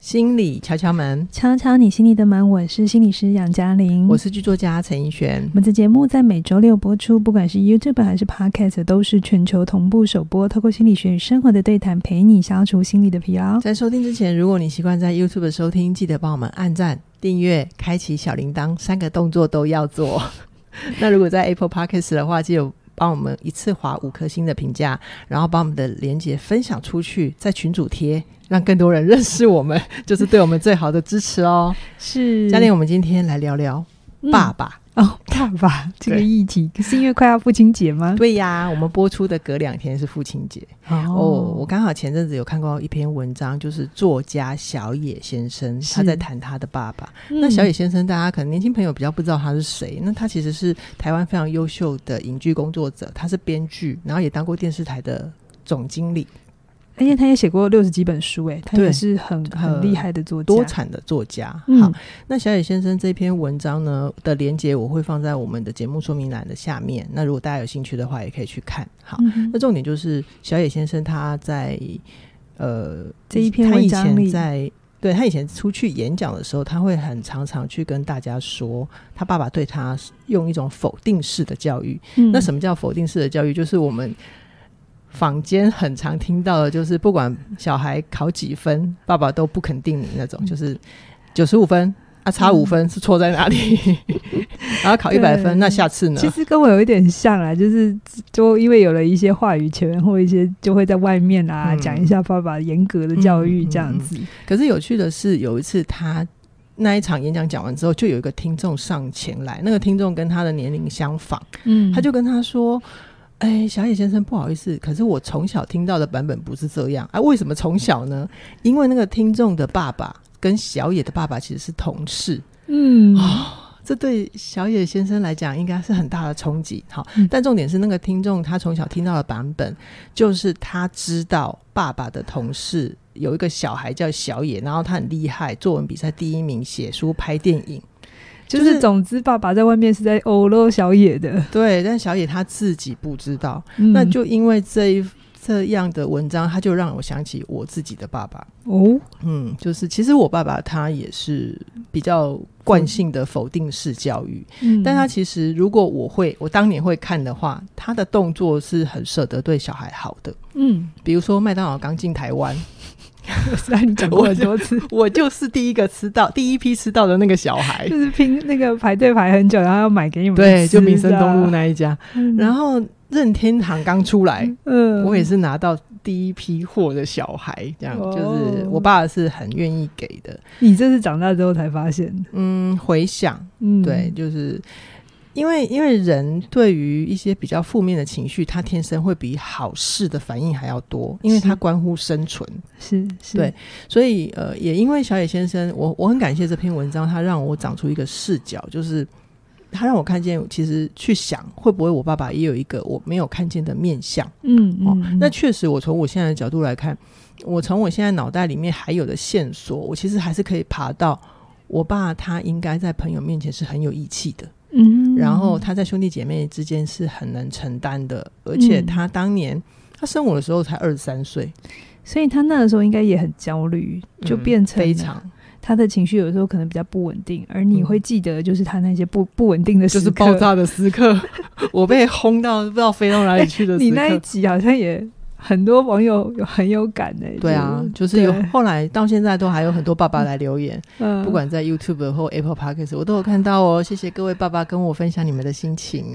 心理敲敲门， 敲敲你心里的门。我是心理师杨嘉玲， 我是剧作家陈奕璇。 我们的节目在每周六播出，不管是 YouTube 还是 Podcast 都是全球同步首播，透过心理学与生活的对谈，陪你消除心理的疲劳。 在收听之前，如果你习惯在 YouTube 收听，记得帮我们按赞、订阅、开启小铃铛，3个动作都要做。那如果在 Apple Podcast 的话，记得帮我们一次划5颗星的评价，然后把我们的连结分享出去，在群组贴，让更多人认识我们，就是对我们最好的支持哦。 是嘉玲，我们今天来聊聊爸爸。 爸爸这个议题是因为快要父亲节吗？ 对呀，我们播出的隔2天是父亲节。我刚好前阵子有看过一篇文章，就是作家小野先生他在谈他的爸爸。那小野先生大家可能年轻朋友比较不知道他是谁，那他其实是台湾非常优秀的影剧工作者，他是编剧，然后也当过电视台的总经理， 而且他也写过60几本书，他也是很厉害的作家， 多产的作家。好，那小野先生这篇文章呢的连结我会放在我们的节目说明栏的下面，那如果大家有兴趣的话也可以去看。好，那重点就是小野先生他在这一篇文章里， 他以前出去演讲的时候，他会很常常去跟大家说他爸爸对他用一种否定式的教育。那什么叫否定式的教育？就是我们坊间很常听到的，就是不管小孩考几分，爸爸都不肯定你那种，就是95分差5分是错在哪里然后考100分，那下次呢？ 其实跟我有一点像啦，就因为有了一些话语权或一些就会在外面讲一下爸爸严格的教育这样子。 可是有趣的是，有一次他那一场演讲讲完之后，就有一个听众上前来，那个听众跟他的年龄相仿，他就跟他说，小野先生不好意思，可是我从小听到的版本不是这样为什么从小呢？因为那个听众的爸爸跟小野的爸爸其实是同事。这对小野先生来讲应该是很大的冲击。好，但重点是那个听众他从小听到的版本就是他知道爸爸的同事有一个小孩叫小野，然后他很厉害，作文比赛第1名，写书拍电影， 就是总之爸爸在外面是在欧露小野的。 对，但小野他自己不知道。那就因为这样的文章，他就让我想起我自己的爸爸。就是其实我爸爸他也是比较惯性的否定式教育，但他其实如果我当年会看的话，他的动作是很舍得对小孩好的。比如说麦当劳刚进台湾你讲过很多次我就是第一批吃到的那个小孩， 就是拼那个排队排很久，然后要买给你们吃。 对，就民生东路那一家。然后任天堂刚出来，我也是拿到第一批货的小孩，这样就是我爸是很愿意给的。 你这是长大之后才发现？ 回想，对，就是因为人对于一些比较负面的情绪，他天生会比好事的反应还要多，因为他关乎生存。 是对，所以也因为小野先生，我很感谢这篇文章，他让我长出一个视角，就是他让我看见，其实去想会不会我爸爸也有一个我没有看见的面向。那确实我从我现在的角度来看，我从我现在脑袋里面还有的线索，我其实还是可以爬到我爸他应该在朋友面前是很有义气的，然后他在兄弟姐妹之间是很能承担的，而且他当年他生我的时候才23岁， 所以他那个时候应该也很焦虑，就变成非常他的情绪有时候可能比较不稳定，而你会记得就是他那些不稳定的时刻， 就是爆炸的时刻我被轰到不知道飞到哪里去的时刻。 你那一集好像也很多网友很有感对啊，就是有后来到现在都还有很多爸爸来留言，不管在 YouTube 或 Apple Podcast 我都有看到哦，谢谢各位爸爸跟我分享你们的心情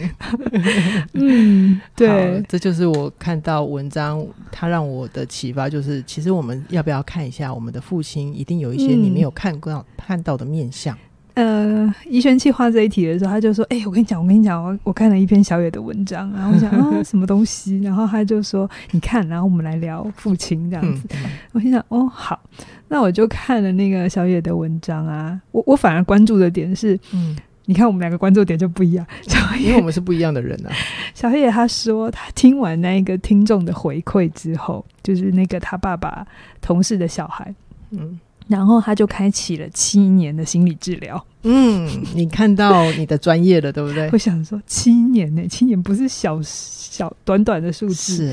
对，这就是我看到文章它让我的启发，就是其实我们要不要看一下我们的父亲一定有一些你没有看到的面向。 宜轩企划这一题的时候，他就说我跟你讲我看了一篇小野的文章，然后我想什么东西，然后他就说你看，然后我们来聊父亲这样子。我心想好，那我就看了那个小野的文章啊，我反而关注的点是你看我们2个关注点就不一样， 因为我们是不一样的人啊。 小野他说他听完那个听众的回馈之后，就是那个他爸爸同事的小孩然后他就开启了7年的心理治疗。 你看到你的专业了对不对？ 我想说7年呢，7年不是小短短的数字。 是啊，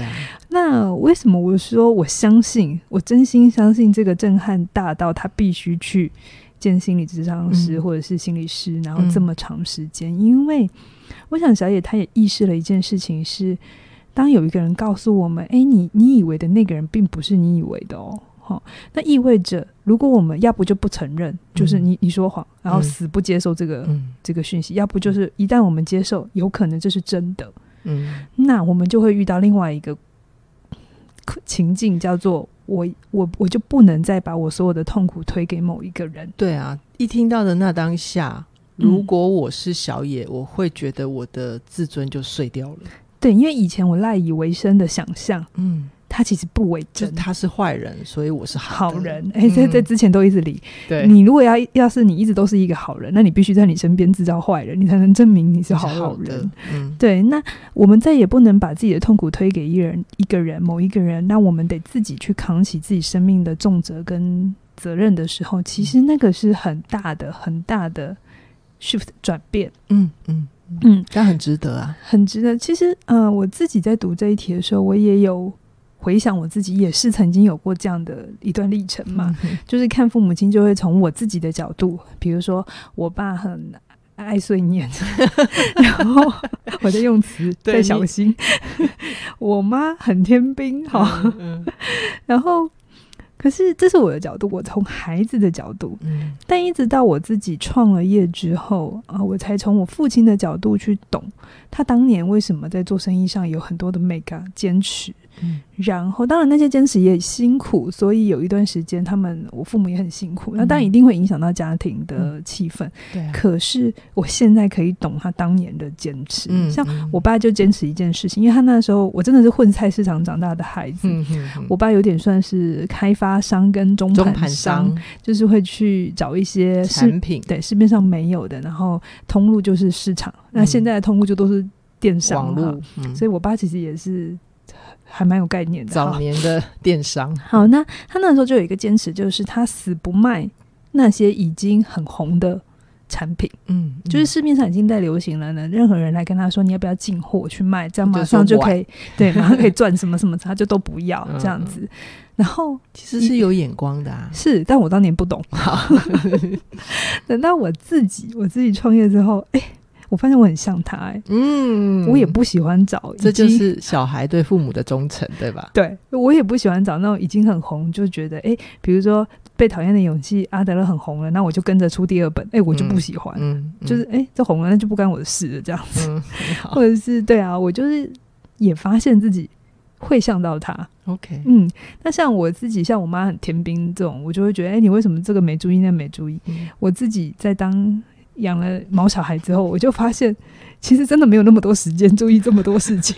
那为什么我说我相信，我真心相信这个震撼大到他必须去见心理咨商师或者是心理师，然后这么长时间？因为我想小野他也意识了一件事情是，当有一个人告诉我们你以为的那个人并不是你以为的哦，那意味着如果我们要不就不承认，就是你说谎，然后死不接受这个讯息，要不就是一旦我们接受有可能这是真的，那我们就会遇到另外一个情境，叫做我就不能再把我所有的痛苦推给某一个人。 对啊，一听到的那当下，如果我是小野，我会觉得我的自尊就碎掉了。 对，因为以前我赖以为生的想象，他其实不为真， 他是坏人，所以我是好人。在之前都一直理。 对， 你如果要是你一直都是一个好人，那你必须在你身边制造坏人，你才能证明你是好人。对，那我们再也不能把自己的痛苦推给某一个人，那我们得自己去扛起自己生命的重责跟责任的时候，其实那个是很大的 shift 转变。 但很值得啊， 很值得。其实我自己在读这一题的时候，我也有回想我自己也是曾经有过这样的一段历程嘛，就是看父母亲就会从我自己的角度，比如说我爸很爱碎念然后我的用词再小心我妈很天兵然后可是这是我的角度，我从孩子的角度，但一直到我自己创了业之后我才从我父亲的角度去懂他当年为什么在做生意上有很多的 mega 坚持，然后当然那些坚持也辛苦，所以有一段时间我父母也很辛苦，那当然一定会影响到家庭的气氛，对啊，可是我现在可以懂他当年的坚持，像我爸就坚持一件事情，因为他那时候我真的是混菜市场长大的孩子，我爸有点算是开发商跟中盘商，就是会去找一些产品， 对，市面上没有的，然后通路就是市场，那现在的通路就都是电商网络， 所以我爸其实也是还蛮有概念的， 早年的电商。 好，那他那时候就有一个坚持，就是他死不卖那些已经很红的产品，就是市面上已经在流行了呢，任何人来跟他说你要不要进货去卖，这样马上就可以对，马上可以赚什么什么，他就都不要这样子。然后其实是有眼光的啊， 是，但我当年不懂。等到我自己创业之后，我发现我很像他，我也不喜欢找， 这就是小孩对父母的忠诚，对吧？ 对，我也不喜欢找那种已经很红，就觉得比如说被讨厌的勇气，阿德勒很红了，那我就跟着出第二本，我就不喜欢，就是这红了那就不干我的事了这样子，或者是对啊，我就是也发现自己会像到他 ，OK， 那像我自己，像我妈很天兵这种，我就会觉得你为什么这个没注意那没注意，我自己在当养了毛小孩之后，我就发现其实真的没有那么多时间注意这么多事情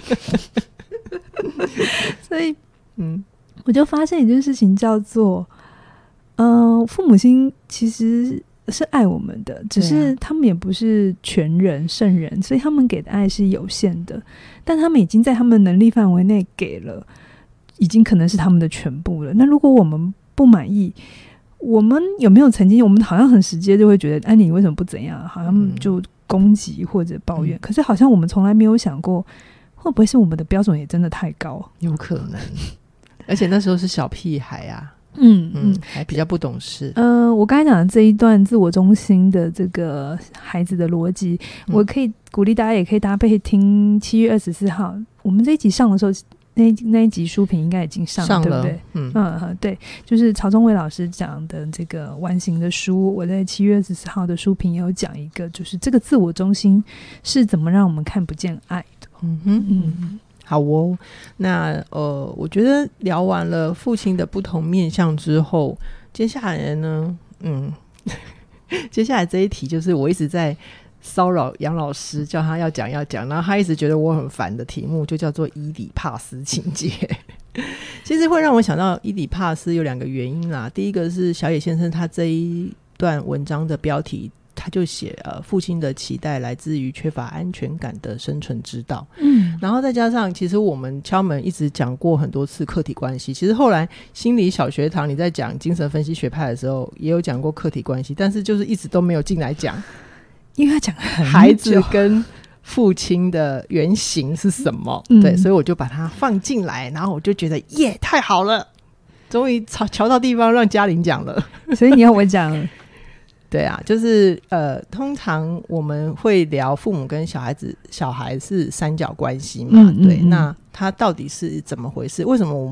所以我就发现一件事情叫做父母亲其实是爱我们的，只是他们也不是全人圣人，所以他们给的爱是有限的，但他们已经在他们能力范围内给了，已经可能是他们的全部了。那如果我们不满意，我们有没有曾经我们好像很直接就会觉得你为什么不怎样，好像就攻击或者抱怨，可是好像我们从来没有想过会不会是我们的标准也真的太高， 有可能而且那时候是小屁孩啊，还比较不懂事。 我刚才讲的这一段自我中心的这个孩子的逻辑，我可以鼓励大家也可以搭配听7月24号我们这一集上的时候，那一集书评应该已经上了，对不对？对，就是曹宗伟老师讲的这个完形的书，我在7月24号的书评也有讲一个，就是这个自我中心是怎么让我们看不见爱的。 好哦，那我觉得聊完了父亲的不同面向之后，接下来呢，接下来这一题就是我一直在骚扰杨老师，叫他要讲，然后他一直觉得我很烦的题目，就叫做伊底帕斯情节。其实会让我想到伊底帕斯有2个原因啦，第一个是小野先生他这一段文章的标题，他就写父亲的期待来自于缺乏安全感的生存之道，然后再加上其实我们敲门一直讲过很多次客体关系，其实后来心理小学堂你在讲精神分析学派的时候也有讲过客体关系，但是就是一直都没有进来讲， 因为他讲很久孩子跟父亲的原型是什么，对，所以我就把它放进来，然后我就觉得耶太好了，终于瞧到地方让嘉玲讲了。 所以你要我讲对啊，就是通常我们会聊父母跟小孩是三角关系嘛，对，那他到底是怎么回事？为什么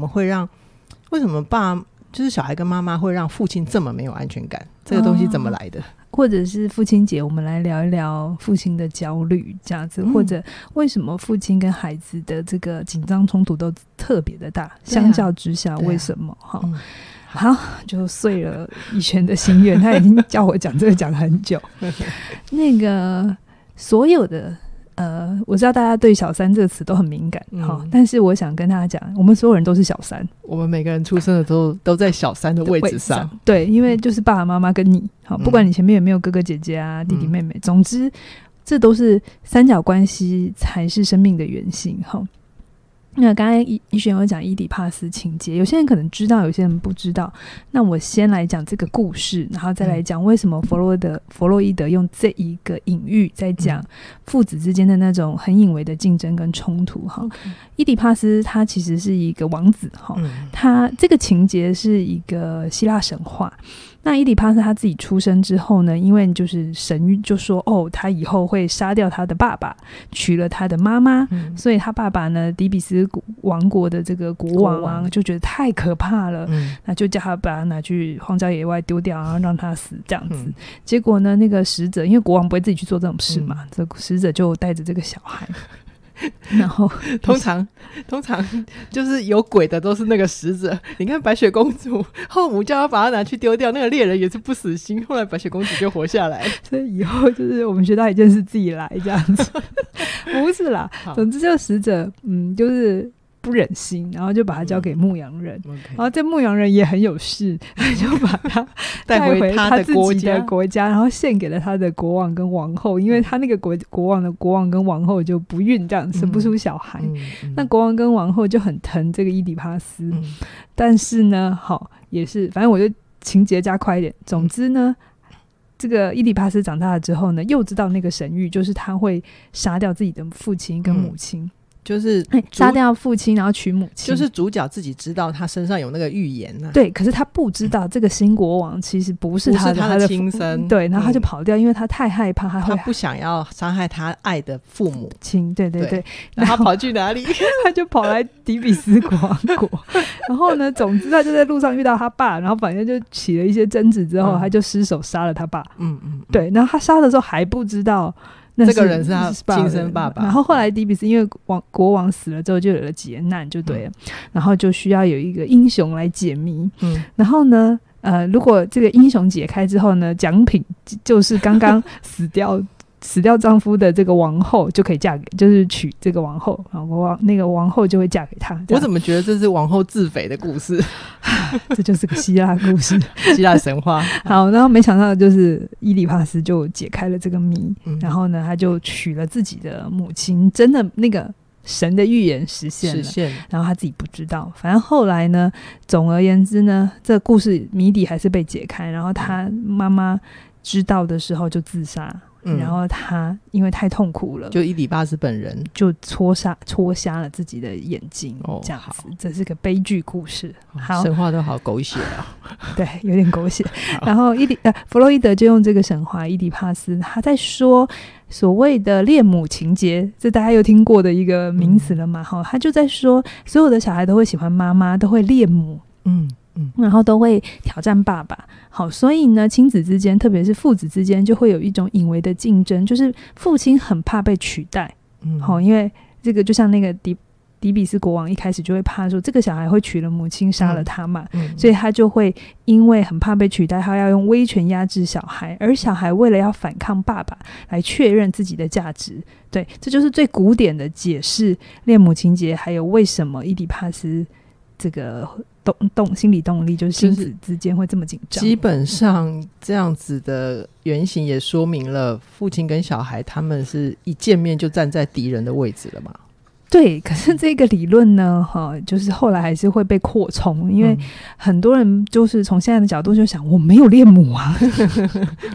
就是小孩跟妈妈会让父亲这么没有安全感？这个东西怎么来的？ 或者是父亲节我们来聊一聊父亲的焦虑这样子，或者为什么父亲跟孩子的这个紧张冲突都特别的大，相较之下为什么？好，就碎了逸轩的心愿，他已经叫我讲这个讲很久。那个所有的我知道大家对小三这个词都很敏感，但是我想跟大家讲，我们所有人都是小三， 我们每个人出生的都在小三的位置上。 对，因为就是爸爸妈妈跟你，不管你前面有没有哥哥姐姐啊、弟弟妹妹，总之这都是三角关系才是生命的原型。那刚才逸轩有讲伊底帕斯情节，有些人可能知道，有些人不知道。那我先来讲这个故事，然后再来讲为什么弗洛伊德用这一个隐喻在讲父子之间的那种很隐微的竞争跟冲突。伊底帕斯他其实是一个王子，他这个情节是一个希腊神话。那伊底帕斯他自己出生之后呢，因为就是神就说他以后会杀掉他的爸爸，娶了他的妈妈，所以他爸爸呢底比斯王国的这个国王就觉得太可怕了，那就叫他把他拿去荒郊野外丢掉，然后让他死这样子。结果呢，那个使者因为国王不会自己去做这种事嘛，这个使者就带着这个小孩。然后通常就是有鬼的都是那个使者。你看白雪公主后母叫他把他拿去丢掉，那个猎人也是不死心，后来白雪公主就活下来。 所以以后就是我们学到一件事自己来这样子。不是啦，总之这个使者就是不忍心，然后就把他交给牧羊人，然后这牧羊人也很有事，就把他带回他自己的国家，然后献给了他的国王跟王后，因为他那个国王跟王后就不孕，这样生不出小孩。那国王跟王后就很疼这个伊底帕斯，但是呢也是反正我就情节加快一点。总之呢，这个伊底帕斯长大了之后呢，又知道那个神谕，就是他会杀掉自己的父亲跟母亲，就是杀掉父亲然后娶母亲， 就是主角自己知道他身上有那个预言对，可是他不知道这个新国王其实不是他的亲生， 对，然后他就跑掉，因为他太害怕，他不想要伤害他爱的父母亲，对， 然后他跑去哪里？ 他就跑来底比斯国王国。然后呢，总之他就在路上遇到他爸，然后反正就起了一些争执之后，他就失手杀了他爸。对，然后他杀的时候还不知道这个人是他亲生爸爸。 然后后来底比斯因为国王死了之后就有了劫难就对了，然后就需要有一个英雄来解谜。然后呢如果这个英雄解开之后呢，奖品就是刚刚死掉丈夫的这个王后就可以嫁给，就是娶这个王后，然后那个王后就会嫁给他。 我怎么觉得这是王后自肥的故事？ 这就是个希腊故事， 希腊神话。 好，然后没想到就是伊底帕斯就解开了这个谜，然后呢他就娶了自己的母亲，真的那个神的预言实现了，然后他自己不知道。反正后来呢，总而言之呢，这个故事谜底还是被解开，然后他妈妈知道的时候就自杀。然后他因为太痛苦了， 就伊底帕斯本人就戳瞎了自己的眼睛，这样子。这是个悲剧故事。好， 神话都好狗血对，有点狗血。然后弗洛伊德就用这个神话伊底帕斯，他在说所谓的恋母情节，这大家有听过的一个名词了嘛？他就在说所有的小孩都会喜欢妈妈，都会恋母。然后都会挑战爸爸。好，所以呢，亲子之间，特别是父子之间，就会有一种隐微的竞争，就是父亲很怕被取代。因为这个就像那个底比斯国王一开始就会怕说这个小孩会娶了母亲杀了他嘛，所以他就会因为很怕被取代，他要用威权压制小孩，而小孩为了要反抗爸爸来确认自己的价值。对，这就是最古典的解释恋母情节，还有为什么伊底帕斯这个心理动力，就是亲子之间会这么紧张。基本上这样子的原型也说明了父亲跟小孩他们是一见面就站在敌人的位置了嘛。 对，可是这个理论呢就是后来还是会被扩充，因为很多人就是从现在的角度就想我没有恋母啊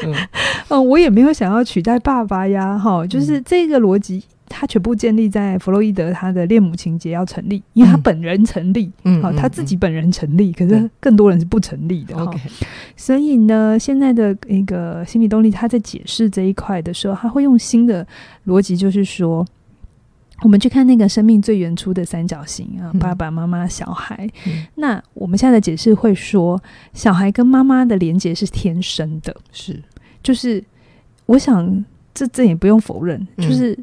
我也没有想要取代爸爸呀，就是这个逻辑他全部建立在弗洛伊德他的恋母情节要成立，因为他本人成立，他自己本人成立，可是更多人是不成立的。所以呢，现在的一个心理动力他在解释这一块的时候，他会用新的逻辑，就是说我们去看那个生命最原初的三角形爸爸妈妈小孩，那我们现在的解释会说小孩跟妈妈的连结是天生的，就是我想这也不用否认，就是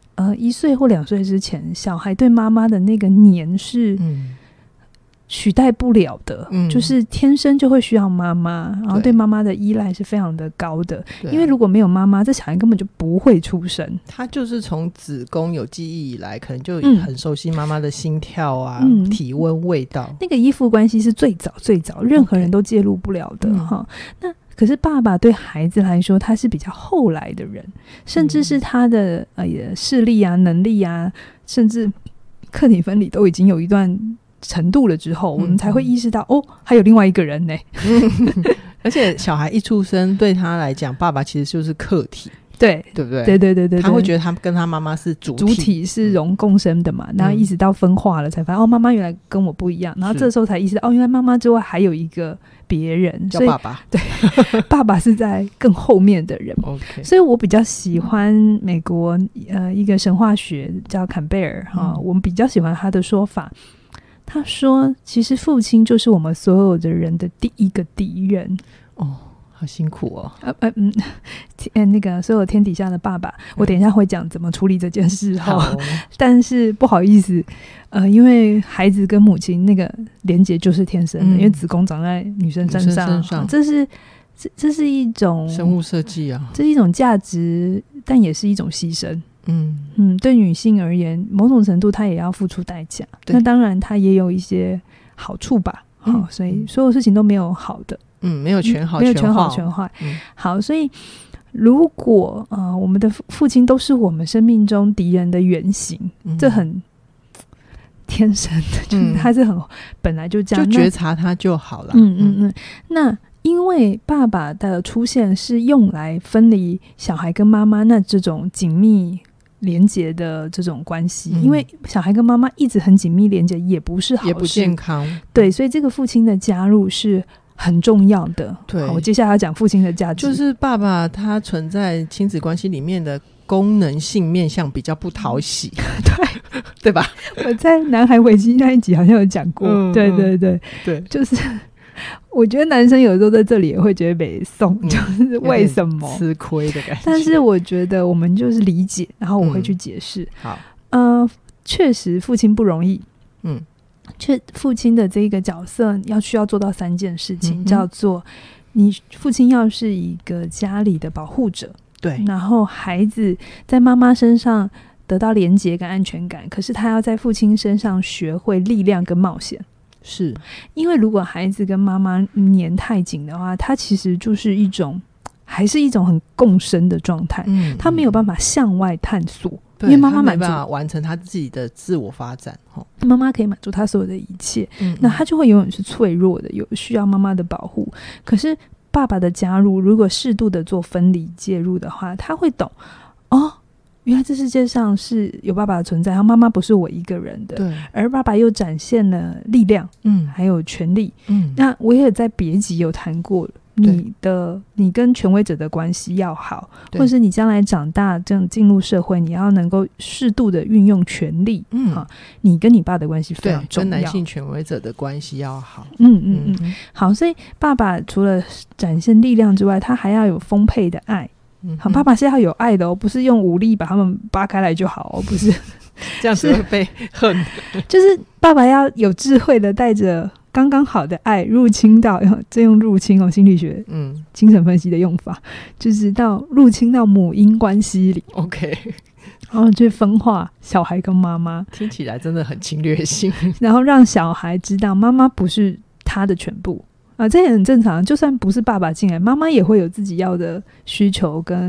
1岁或2岁之前，小孩对妈妈的那个黏是取代不了的，就是天生就会需要妈妈，然后对妈妈的依赖是非常的高的，因为如果没有妈妈，这小孩根本就不会出生。 他就是从子宫有记忆以来，可能就很熟悉妈妈的心跳啊、体温、味道，那个依附关系是最早任何人都介入不了的。那可是爸爸对孩子来说他是比较后来的人，甚至是他的视力啊、能力啊，甚至客体分离都已经有一段程度了之后，我们才会意识到还有另外一个人呢。 而且小孩一出生对他来讲，爸爸其实就是客体，对不对？ 对， 他会觉得他跟他妈妈是主体是融共生的嘛，然后一直到分化了才发现妈妈原来跟我不一样，然后这时候才意识到原来妈妈之外还有一个别人， 叫爸爸。 对，爸爸是在更后面的人。所以我比较喜欢美国一个神话学叫坎贝尔我们比较喜欢他的说法。他说其实父亲就是我们所有的人的第一个敌人。 好辛苦那个所有天底下的爸爸，我等一下会讲怎么处理这件事但是不好意思因为孩子跟母亲那个连结就是天生的，因为子宫长在女生身上，这是一种生物设计啊， 这是一种价值，但也是一种牺牲。对女性而言，某种程度她也要付出代价，那当然她也有一些好处吧。所以所有事情都没有好的， 没有全好全坏。好，所以如果我们的父亲都是我们生命中敌人的原型，这很天生的，就是他是很本来就这样， 就觉察他就好了。 那因为爸爸的出现是用来分离小孩跟妈妈那这种紧密连结的这种关系，因为小孩跟妈妈一直很紧密连结也不是好事， 也不健康。 对，所以这个父亲的加入是很重要的。 对， 我接下来要讲父亲的价值， 就是爸爸他存在亲子关系里面的功能性面向比较不讨喜。对吧？ 我在男孩危机那一集好像有讲过。对，就是我觉得男生有时候在这里也会觉得北宋就是为什么吃亏的感觉， 但是我觉得我们就是理解，然后我会去解释。 好， 确实父亲不容易。父亲的这个角色需要做到3件事情，叫做你父亲要是一个家里的保护者， 对， 然后孩子在妈妈身上得到连结跟安全感，可是他要在父亲身上学会力量跟冒险。 是因为如果孩子跟妈妈黏太紧的话，他其实就是还是一种很共生的状态，他没有办法向外探索，因为妈妈没办法完成他自己的自我发展， 妈妈可以满足他所有的一切，那他就会永远是脆弱的，有需要妈妈的保护。可是爸爸的加入，如果适度的做分离介入的话，他会懂原来这世界上是有爸爸的存在，然后妈妈不是我一个人的， 对， 而爸爸又展现了力量，还有权力。那我也在别集有谈过，你跟权威者的关系要好，或者是你将来长大这样进入社会，你要能够适度的运用权力。你跟你爸的关系非常重要， 跟男性权威者的关系要好。 好，所以爸爸除了展现力量之外，他还要有丰沛的爱。好，爸爸是要有爱的不是用武力把他们扒开来就好不是这样子会被恨。 就是爸爸要有智慧的带着刚刚好的爱入侵到，这用入侵心理学精神分析的用法，就是入侵到母婴关系里。 OK， 然后去分化小孩跟妈妈， 听起来真的很侵略性。 然后让小孩知道妈妈不是他的全部这也很正常，就算不是爸爸进来，妈妈也会有自己要的需求跟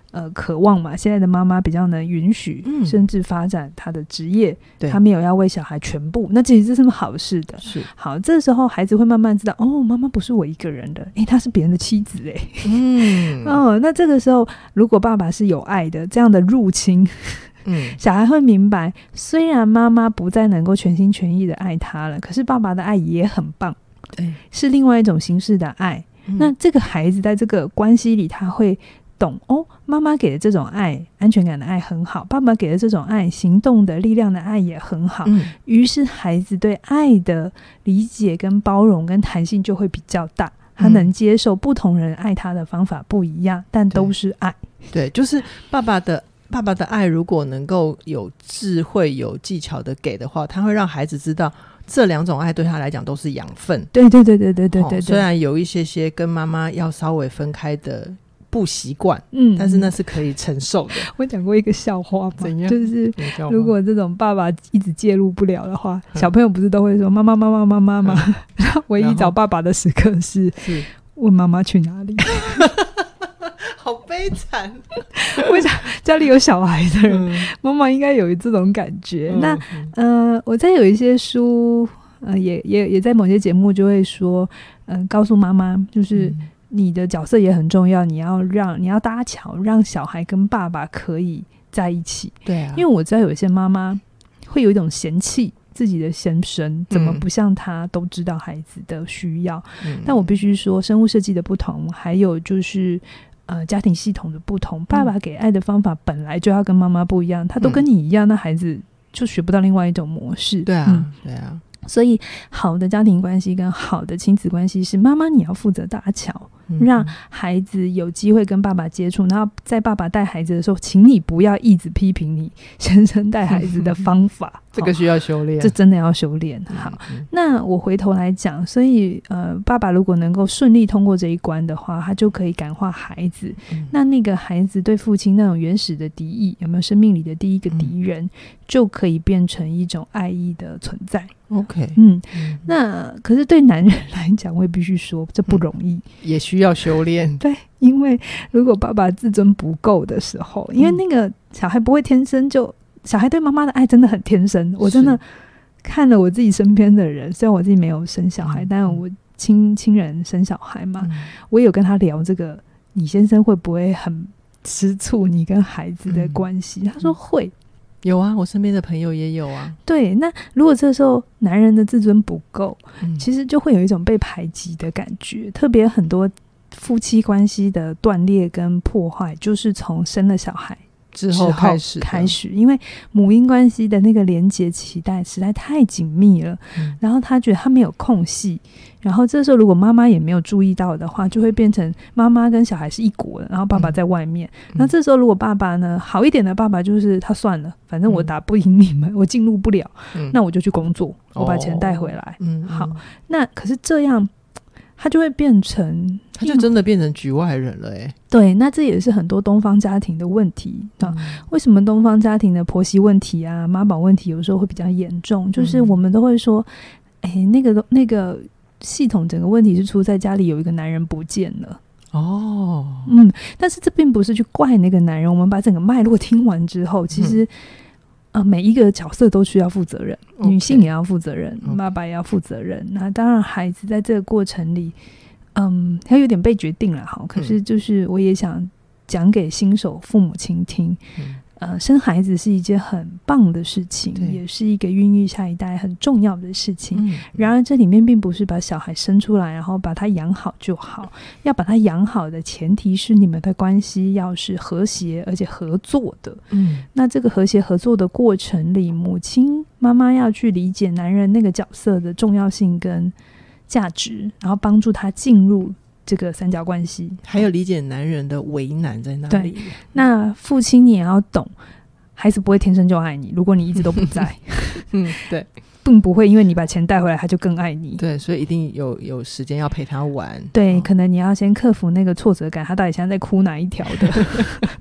渴望嘛，现在的妈妈比较能允许，甚至发展她的职业，她没有要为小孩全部，那其实这是好事的。 是好，这时候孩子会慢慢知道，哦，妈妈不是我一个人的，她是别人的妻子那这个时候如果爸爸是有爱的，这样的入侵小孩会明白，虽然妈妈不再能够全心全意的爱他了，可是爸爸的爱也很棒，对，是另外一种形式的爱。那这个孩子在这个关系里，他会懂妈妈给的这种爱，安全感的爱很好，爸爸给的这种爱，行动的力量的爱也很好，于是孩子对爱的理解跟包容跟弹性就会比较大，他能接受不同人爱他的方法不一样，但都是爱。对， 就是爸爸的爱如果能够有智慧有技巧的给的话，他会让孩子知道这两种爱对他来讲都是养分。 对， 虽然有一些跟妈妈要稍微分开的不习惯，但是那是可以承受的。 我讲过一个笑话嘛，就是如果这种爸爸一直介入不了的话，小朋友不是都会说妈妈妈妈妈妈吗？唯一找爸爸的时刻是问妈妈去哪里。 好悲惨。 我想家里有小孩的人，妈妈应该有这种感觉。那我在有一些书也在某些节目就会说告诉妈妈，就是你的角色也很重要，你要搭桥，让小孩跟爸爸可以在一起。对啊，因为我知道有一些妈妈会有一种嫌弃自己的先生怎么不像他都知道孩子的需要，但我必须说生物设计的不同，还有就是家庭系统的不同，爸爸给爱的方法本来就要跟妈妈不一样，他都跟你一样，那孩子就学不到另外一种模式。对啊，所以好的家庭关系跟好的亲子关系是妈妈你要负责搭桥，让孩子有机会跟爸爸接触，然后在爸爸带孩子的时候，请你不要一直批评你先生带孩子的方法。 这个需要修炼， 这真的要修炼。好，那我回头来讲，所以爸爸如果能够顺利通过这一关的话，他就可以感化孩子。那个孩子对父亲那种原始的敌意，有没有生命里的第一个敌人，就可以变成一种爱意的存在。OK， 那可是对男人来讲，我也必须说这不容易， 也需要修炼。 对，因为如果爸爸自尊不够的时候，因为那个小孩不会天生就，小孩对妈妈的爱真的很天生。我真的看了我自己身边的人，虽然我自己没有生小孩，但我亲人生小孩嘛，我也有跟他聊这个，你先生会不会很吃醋你跟孩子的关系？他说会。 有啊，我身边的朋友也有啊。 对，那如果这时候男人的自尊不够，其实就会有一种被排挤的感觉。特别很多夫妻关系的断裂跟破坏，就是从生了小孩之后开始，因为母婴关系的那个连结期待实在太紧密了，然后他觉得他没有空隙，然后这时候如果妈妈也没有注意到的话，就会变成妈妈跟小孩是一国的，然后爸爸在外面。那这时候如果爸爸呢，好一点的爸爸就是他算了，反正我打不赢你们，我进入不了，那我就去工作，我把钱带回来。好，那可是这样他就会变成， 他就真的变成局外人了对，那这也是很多东方家庭的问题为什么东方家庭的婆媳问题啊、妈宝问题有时候会比较严重？就是我们都会说，那个系统整个问题是出在家里有一个男人不见了。但是这并不是去怪那个男人，我们把整个脉络听完之后，其实每一个角色都需要负责任，女性也要负责任，爸爸也要负责任。那当然孩子在这个过程里他有点被决定了可是就是我也想讲给新手父母亲听，生孩子是一件很棒的事情，也是一个孕育下一代很重要的事情。然而这里面并不是把小孩生出来然后把他养好就好，要把他养好的前提是你们的关系要是和谐而且合作的。那这个和谐合作的过程里，母亲妈妈要去理解男人那个角色的重要性跟价值，然后帮助他进入这个三角关系， 还有理解男人的为难在哪里。 对，那父亲你也要懂，孩子不会天生就爱你，如果你一直都不在对， 并不会因为你把钱带回来他就更爱你。 对，所以一定有时间要陪他玩。 对，可能你要先克服那个挫折感，他到底现在在哭哪一条的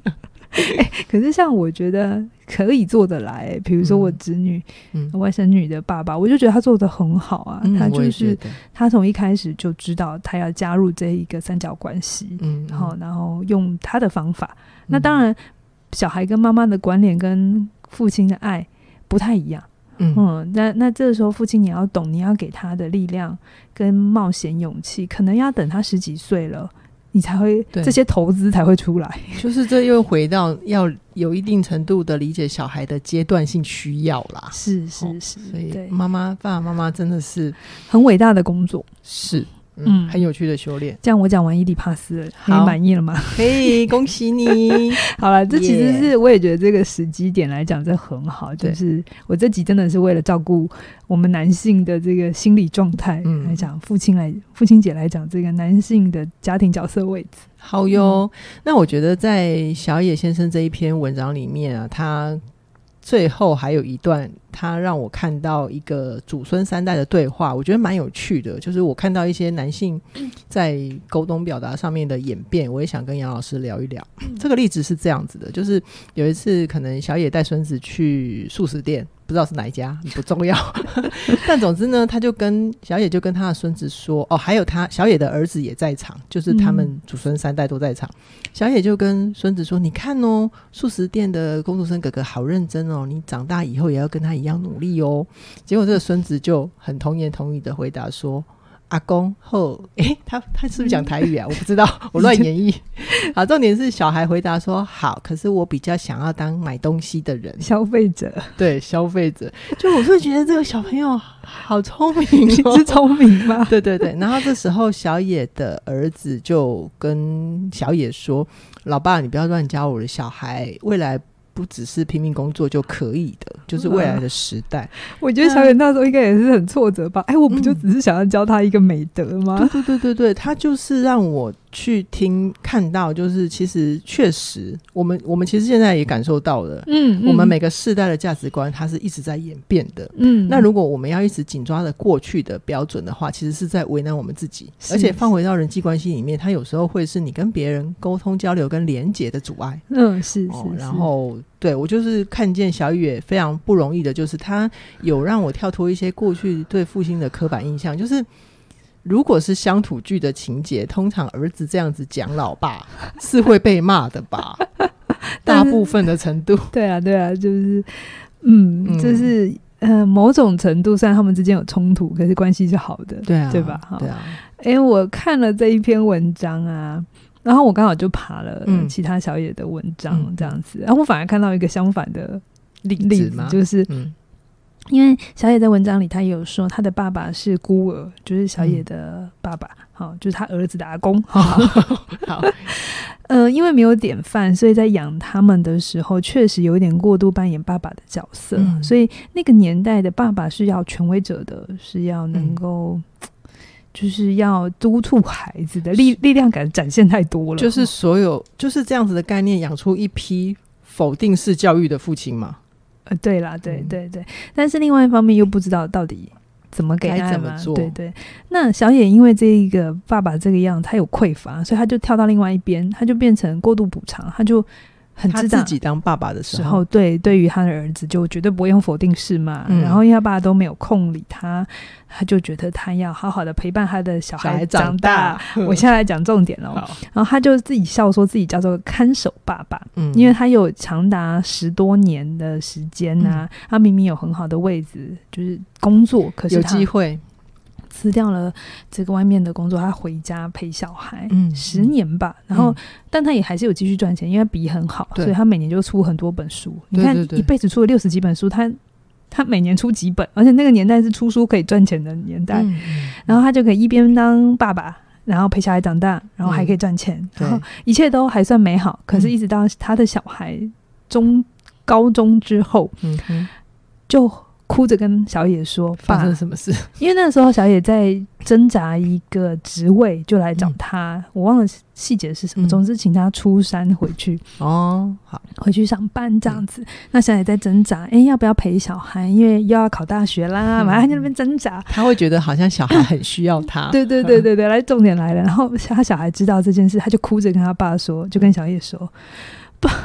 可是像我觉得可以做得来，比如说我侄女、外甥女的爸爸，我就觉得他做得很好啊。他就是他从一开始就知道他要加入这一个三角关系，然后用他的方法。那当然，小孩跟妈妈的关联跟父亲的爱不太一样。那这个时候父亲你要懂，你要给他的力量跟冒险勇气，可能要等他10几岁了，你才会这些投资才会出来。 就是这又回到要有一定程度的理解小孩的阶段性需要啦。 是，所以爸爸妈妈真的是很伟大的工作。 是很有趣的修炼。 这样我讲完伊底帕斯了，你满意了吗？ 可以，恭喜你。 好了，这其实是我也觉得这个时机点来讲这很好，就是我这集真的是为了照顾我们男性的这个心理状态来讲，父亲节来讲这个男性的家庭角色位置。 好哟。那我觉得在小野先生这一篇文章里面啊，他最后还有一段他让我看到一个祖孙3代的对话，我觉得蛮有趣的，就是我看到一些男性在沟通表达上面的演变，我也想跟杨老师聊一聊。这个例子是这样子的，就是有一次可能小野带孙子去素食店，不知道是哪一家不重要但总之呢，小野就跟他的孙子说，还有小野的儿子也在场，就是他们祖孙3代都在场。小野就跟孙子说，你看哦，素食店的工读生哥哥好认真哦，你长大以后也要跟他一样努力哦。结果这个孙子就很童言童语的回答说，阿公后他是不是讲台语啊？我不知道，我乱演绎好，重点是小孩回答说好，可是我比较想要当买东西的人， 消费者。 对，消费者。就我会觉得这个小朋友好聪明哦，是聪明吗？ 对对对。然后这时候小野的儿子就跟小野说，老爸你不要乱教我的小孩，未来不只是拼命工作就可以的，就是未来的时代。 我觉得小野那时候应该也是很挫折吧。我不就只是想要教他一个美德吗？ 对，他就是让我去看到，就是其实确实我们其实现在也感受到了，我们每个世代的价值观它是一直在演变的。那如果我们要一直紧抓着过去的标准的话，其实是在为难我们自己，而且放回到人际关系里面，它有时候会是你跟别人沟通交流跟连结的阻碍。是然后对，我就是看见小野非常不容易的，就是他有让我跳脱一些过去对父亲的刻板印象，就是如果是乡土剧的情节，通常儿子这样子讲老爸是会被骂的吧大部分的程度。 对啊就是就是某种程度上他们之间有冲突，可是关系是好的。对吧？ 对啊。 我看了这一篇文章啊，然后我刚好就爬了其他小野的文章这样子，然后我反而看到一个相反的例子就是因为小野在文章里他也有说他的爸爸是孤儿，就是小野的爸爸就是他儿子的阿公好因为没有典范，所以在养他们的时候确实有一点过度扮演爸爸的角色，所以那个年代的爸爸是要权威者的，是要能够就是要督促孩子的力量感展现太多了， 就是所有就是这样子的概念养出一批否定式教育的父亲嘛。 对啦，对，但是另外一方面又不知道到底怎么给爱嘛，对。那小野因为这一个爸爸这个样他有匮乏，所以他就跳到另外一边，他就变成过度补偿，他就很知道他自己当爸爸的时候， 对于他的儿子就绝对不会用否定式嘛，然后因为他爸爸都没有空理他，他就觉得他要好好的陪伴他的小孩长大。我现在来讲重点了，然后他就自己笑说自己叫做看守爸爸，因为他有长达10多年的时间啊，他明明有很好的位置，就是工作，可是他有机会辞掉了这个外面的工作，他回家陪小孩10年吧，然后但他也还是有继续赚钱，因为他笔很好，所以他每年就出很多本书。你看一辈子出了60几本书，他每年出几本，而且那个年代是出书可以赚钱的年代，然后他就可以一边当爸爸，然后陪小孩长大，然后还可以赚钱，然后一切都还算美好。可是一直到他的小孩高中之后，就哭着跟小野说发生什么事， 因为那个时候小野在挣扎一个职位，就来找他，我忘了细节是什么，总之请他出山回去好回去上班这样子。那小野在挣扎要不要陪小孩，因为又要考大学啦，反正他在那边挣扎， 他会觉得好像小孩很需要他对，来重点来了，然后他小孩知道这件事，他就哭着跟他爸说，就跟小野说，爸，你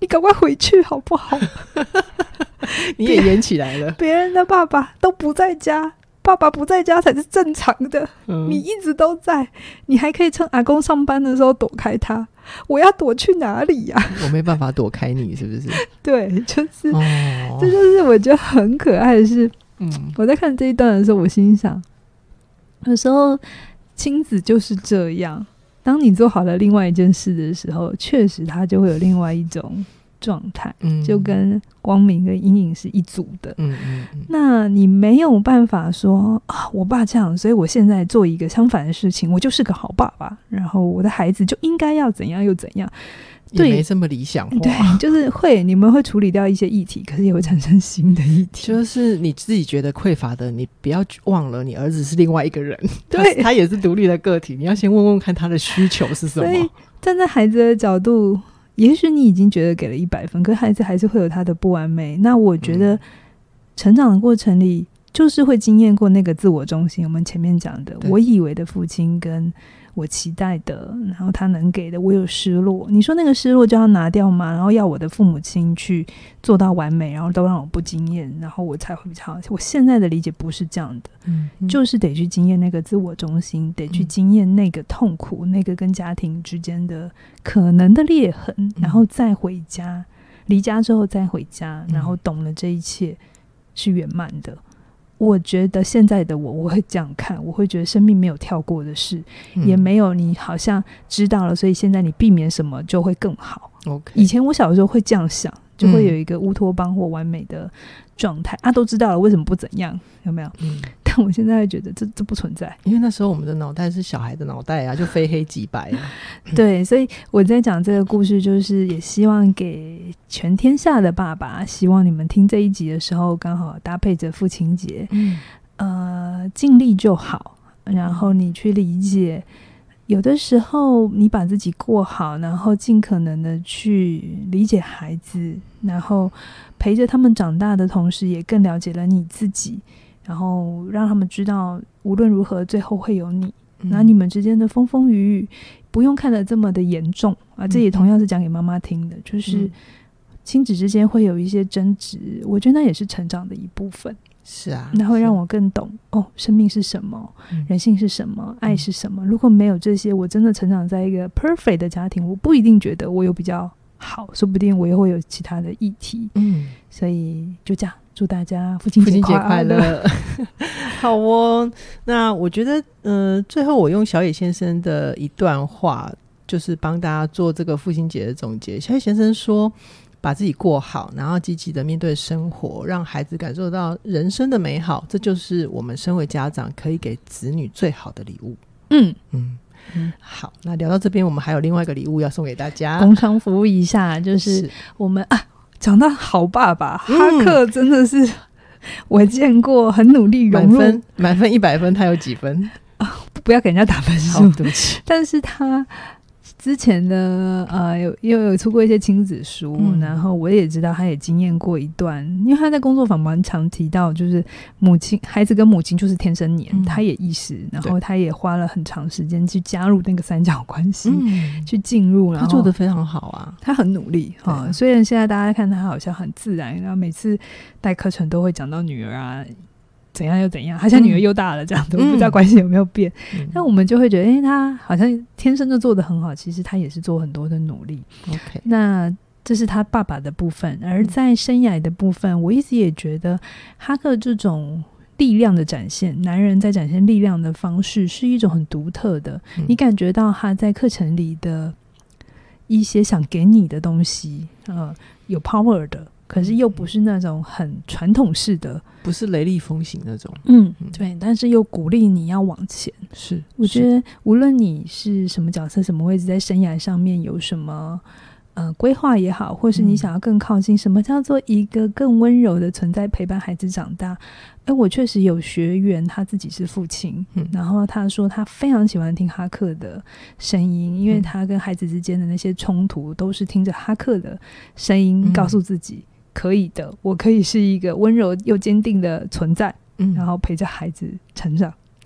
你赶快回去好不好？ 你也演起来了。 别人的爸爸都不在家，爸爸不在家才是正常的，你一直都在，你还可以趁阿公上班的时候躲开他，我要躲去哪里呀？ 我没办法躲开你，是不是？ 对，就是这就是我觉得很可爱的是，我在看这一段的时候，我心想，有时候亲子就是这样，当你做好了另外一件事的时候，确实它就会有另外一种状态，就跟光明跟阴影是一组的。那你没有办法说啊，我爸这样，所以我现在做一个相反的事情，我就是个好爸爸，然后我的孩子就应该要怎样又怎样。 也没这么理想化。 对，就是你们会处理掉一些议题，可是也会产生新的议题。 就是你自己觉得匮乏的，你不要忘了你儿子是另外一个人， 对， 他也是独立的个体，你要先问问看他的需求是什么。 所以站在孩子的角度，也许你已经觉得给了100分，可是孩子还是会有他的不完美。那我觉得成长的过程里就是会经验过那个自我中心，我们前面讲的我以为的父亲跟我期待的，然后他能给的我有失落，你说那个失落就要拿掉吗？然后要我的父母亲去做到完美，然后都让我不经验，然后我才会比较好。我现在的理解不是这样的，就是得去经验那个自我中心，得去经验那个痛苦，那个跟家庭之间的可能的裂痕，然后再回家，离家之后再回家，然后懂了这一切是圆满的。我觉得现在的我会这样看，我会觉得生命没有跳过的事，也没有你好像知道了，所以现在你避免什么就会更好。以前我小时候会这样想，就会有一个乌托邦或完美的状态都知道了，为什么不怎样？有没有？但我现在会觉得这不存在， 因为那时候我们的脑袋是小孩的脑袋啊，就非黑即白啊。 对，所以我在讲这个故事，就是也希望给全天下的爸爸，希望你们听这一集的时候，刚好搭配着父亲节，尽力就好，然后你去理解。有的时候你把自己过好，然后尽可能的去理解孩子，然后陪着他们长大的同时也更了解了你自己，然后让他们知道无论如何最后会有你，那你们之间的风风雨雨不用看得这么的严重这也同样是讲给妈妈听的，就是亲子之间会有一些争执，我觉得那也是成长的一部分。 是啊， 那会让我更懂生命是什么，人性是什么，爱是什么。如果没有这些，我真的成长在一个 perfect 的家庭，我不一定觉得我有比较好，说不定我也会有其他的议题。所以就这样，祝大家父亲节快乐。 好哦，那我觉得最后我用小野先生的一段话，就是帮大家做这个父亲节的总结。小野先生说，把自己过好，然后积极的面对生活，让孩子感受到人生的美好，这就是我们身为家长可以给子女最好的礼物。好，那聊到这边，我们还有另外一个礼物要送给大家， 工商服务一下，就是我们讲到好爸爸，哈克真的是我见过很努力融入， 满分100分，他有几分？ 不要给人家打分数， 对不起。 但是他之前的有出过一些亲子书，然后我也知道他也经验过一段，因为他在工作坊蛮常提到，就是孩子跟母亲就是天生黏，他也意识，然后他也花了很长时间去加入那个三角关系，去进入，然后他做得非常好啊， 他很努力虽然现在大家看他好像很自然，然后每次带课程都会讲到女儿怎样又怎样，他现在女儿又大了这样子，我不知道关系有没有变，但我们就会觉得他好像天生就做得很好，其实他也是做很多的努力。那这是他爸爸的部分，而在生涯的部分，我一直也觉得哈克这种力量的展现，男人在展现力量的方式是一种很独特的，你感觉到他在课程里的一些想给你的东西有 power 的，可是又不是那种很传统式的， 不是雷厉风行那种， 对，但是又鼓励你要往前。 是， 我觉得无论你是什么角色、什么位置，在生涯上面有什么规划也好，或是你想要更靠近，什么叫做一个更温柔的存在陪伴孩子长大。我确实有学员他自己是父亲，然后他说他非常喜欢听哈克的声音，因为他跟孩子之间的那些冲突都是听着哈克的声音告诉自己可以的，我可以是一个温柔又坚定的存在，然后陪着孩子成长。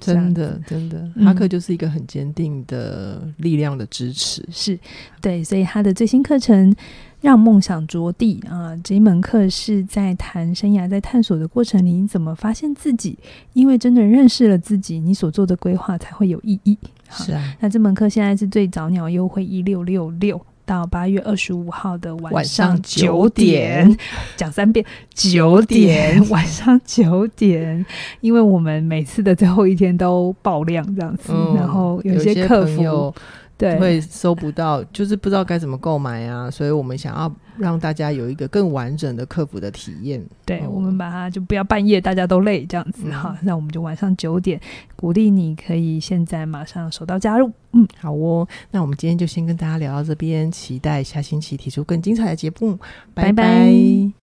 真的真的，哈克就是一个很坚定的力量的支持， 是对，所以他的最新课程让梦想着地这一门课是在谈生涯在探索的过程里你怎么发现自己，因为真的认识了自己，你所做的规划才会有意义。 是啊， 那这门课现在是最早鸟优惠1666到8月25号的晚上9点，讲3遍9点，晚上9点，因为我们每次的最后一天都爆量这样子，然后有些客服对会收不到，就是不知道该怎么购买啊，所以我们想要让大家有一个更完整的客服的体验。 对，我们把它就不要半夜大家都累这样子那我们就晚上9点，鼓励你可以现在马上手到加入。 好哦，那我们今天就先跟大家聊到这边，期待下星期提出更精彩的节目，拜拜。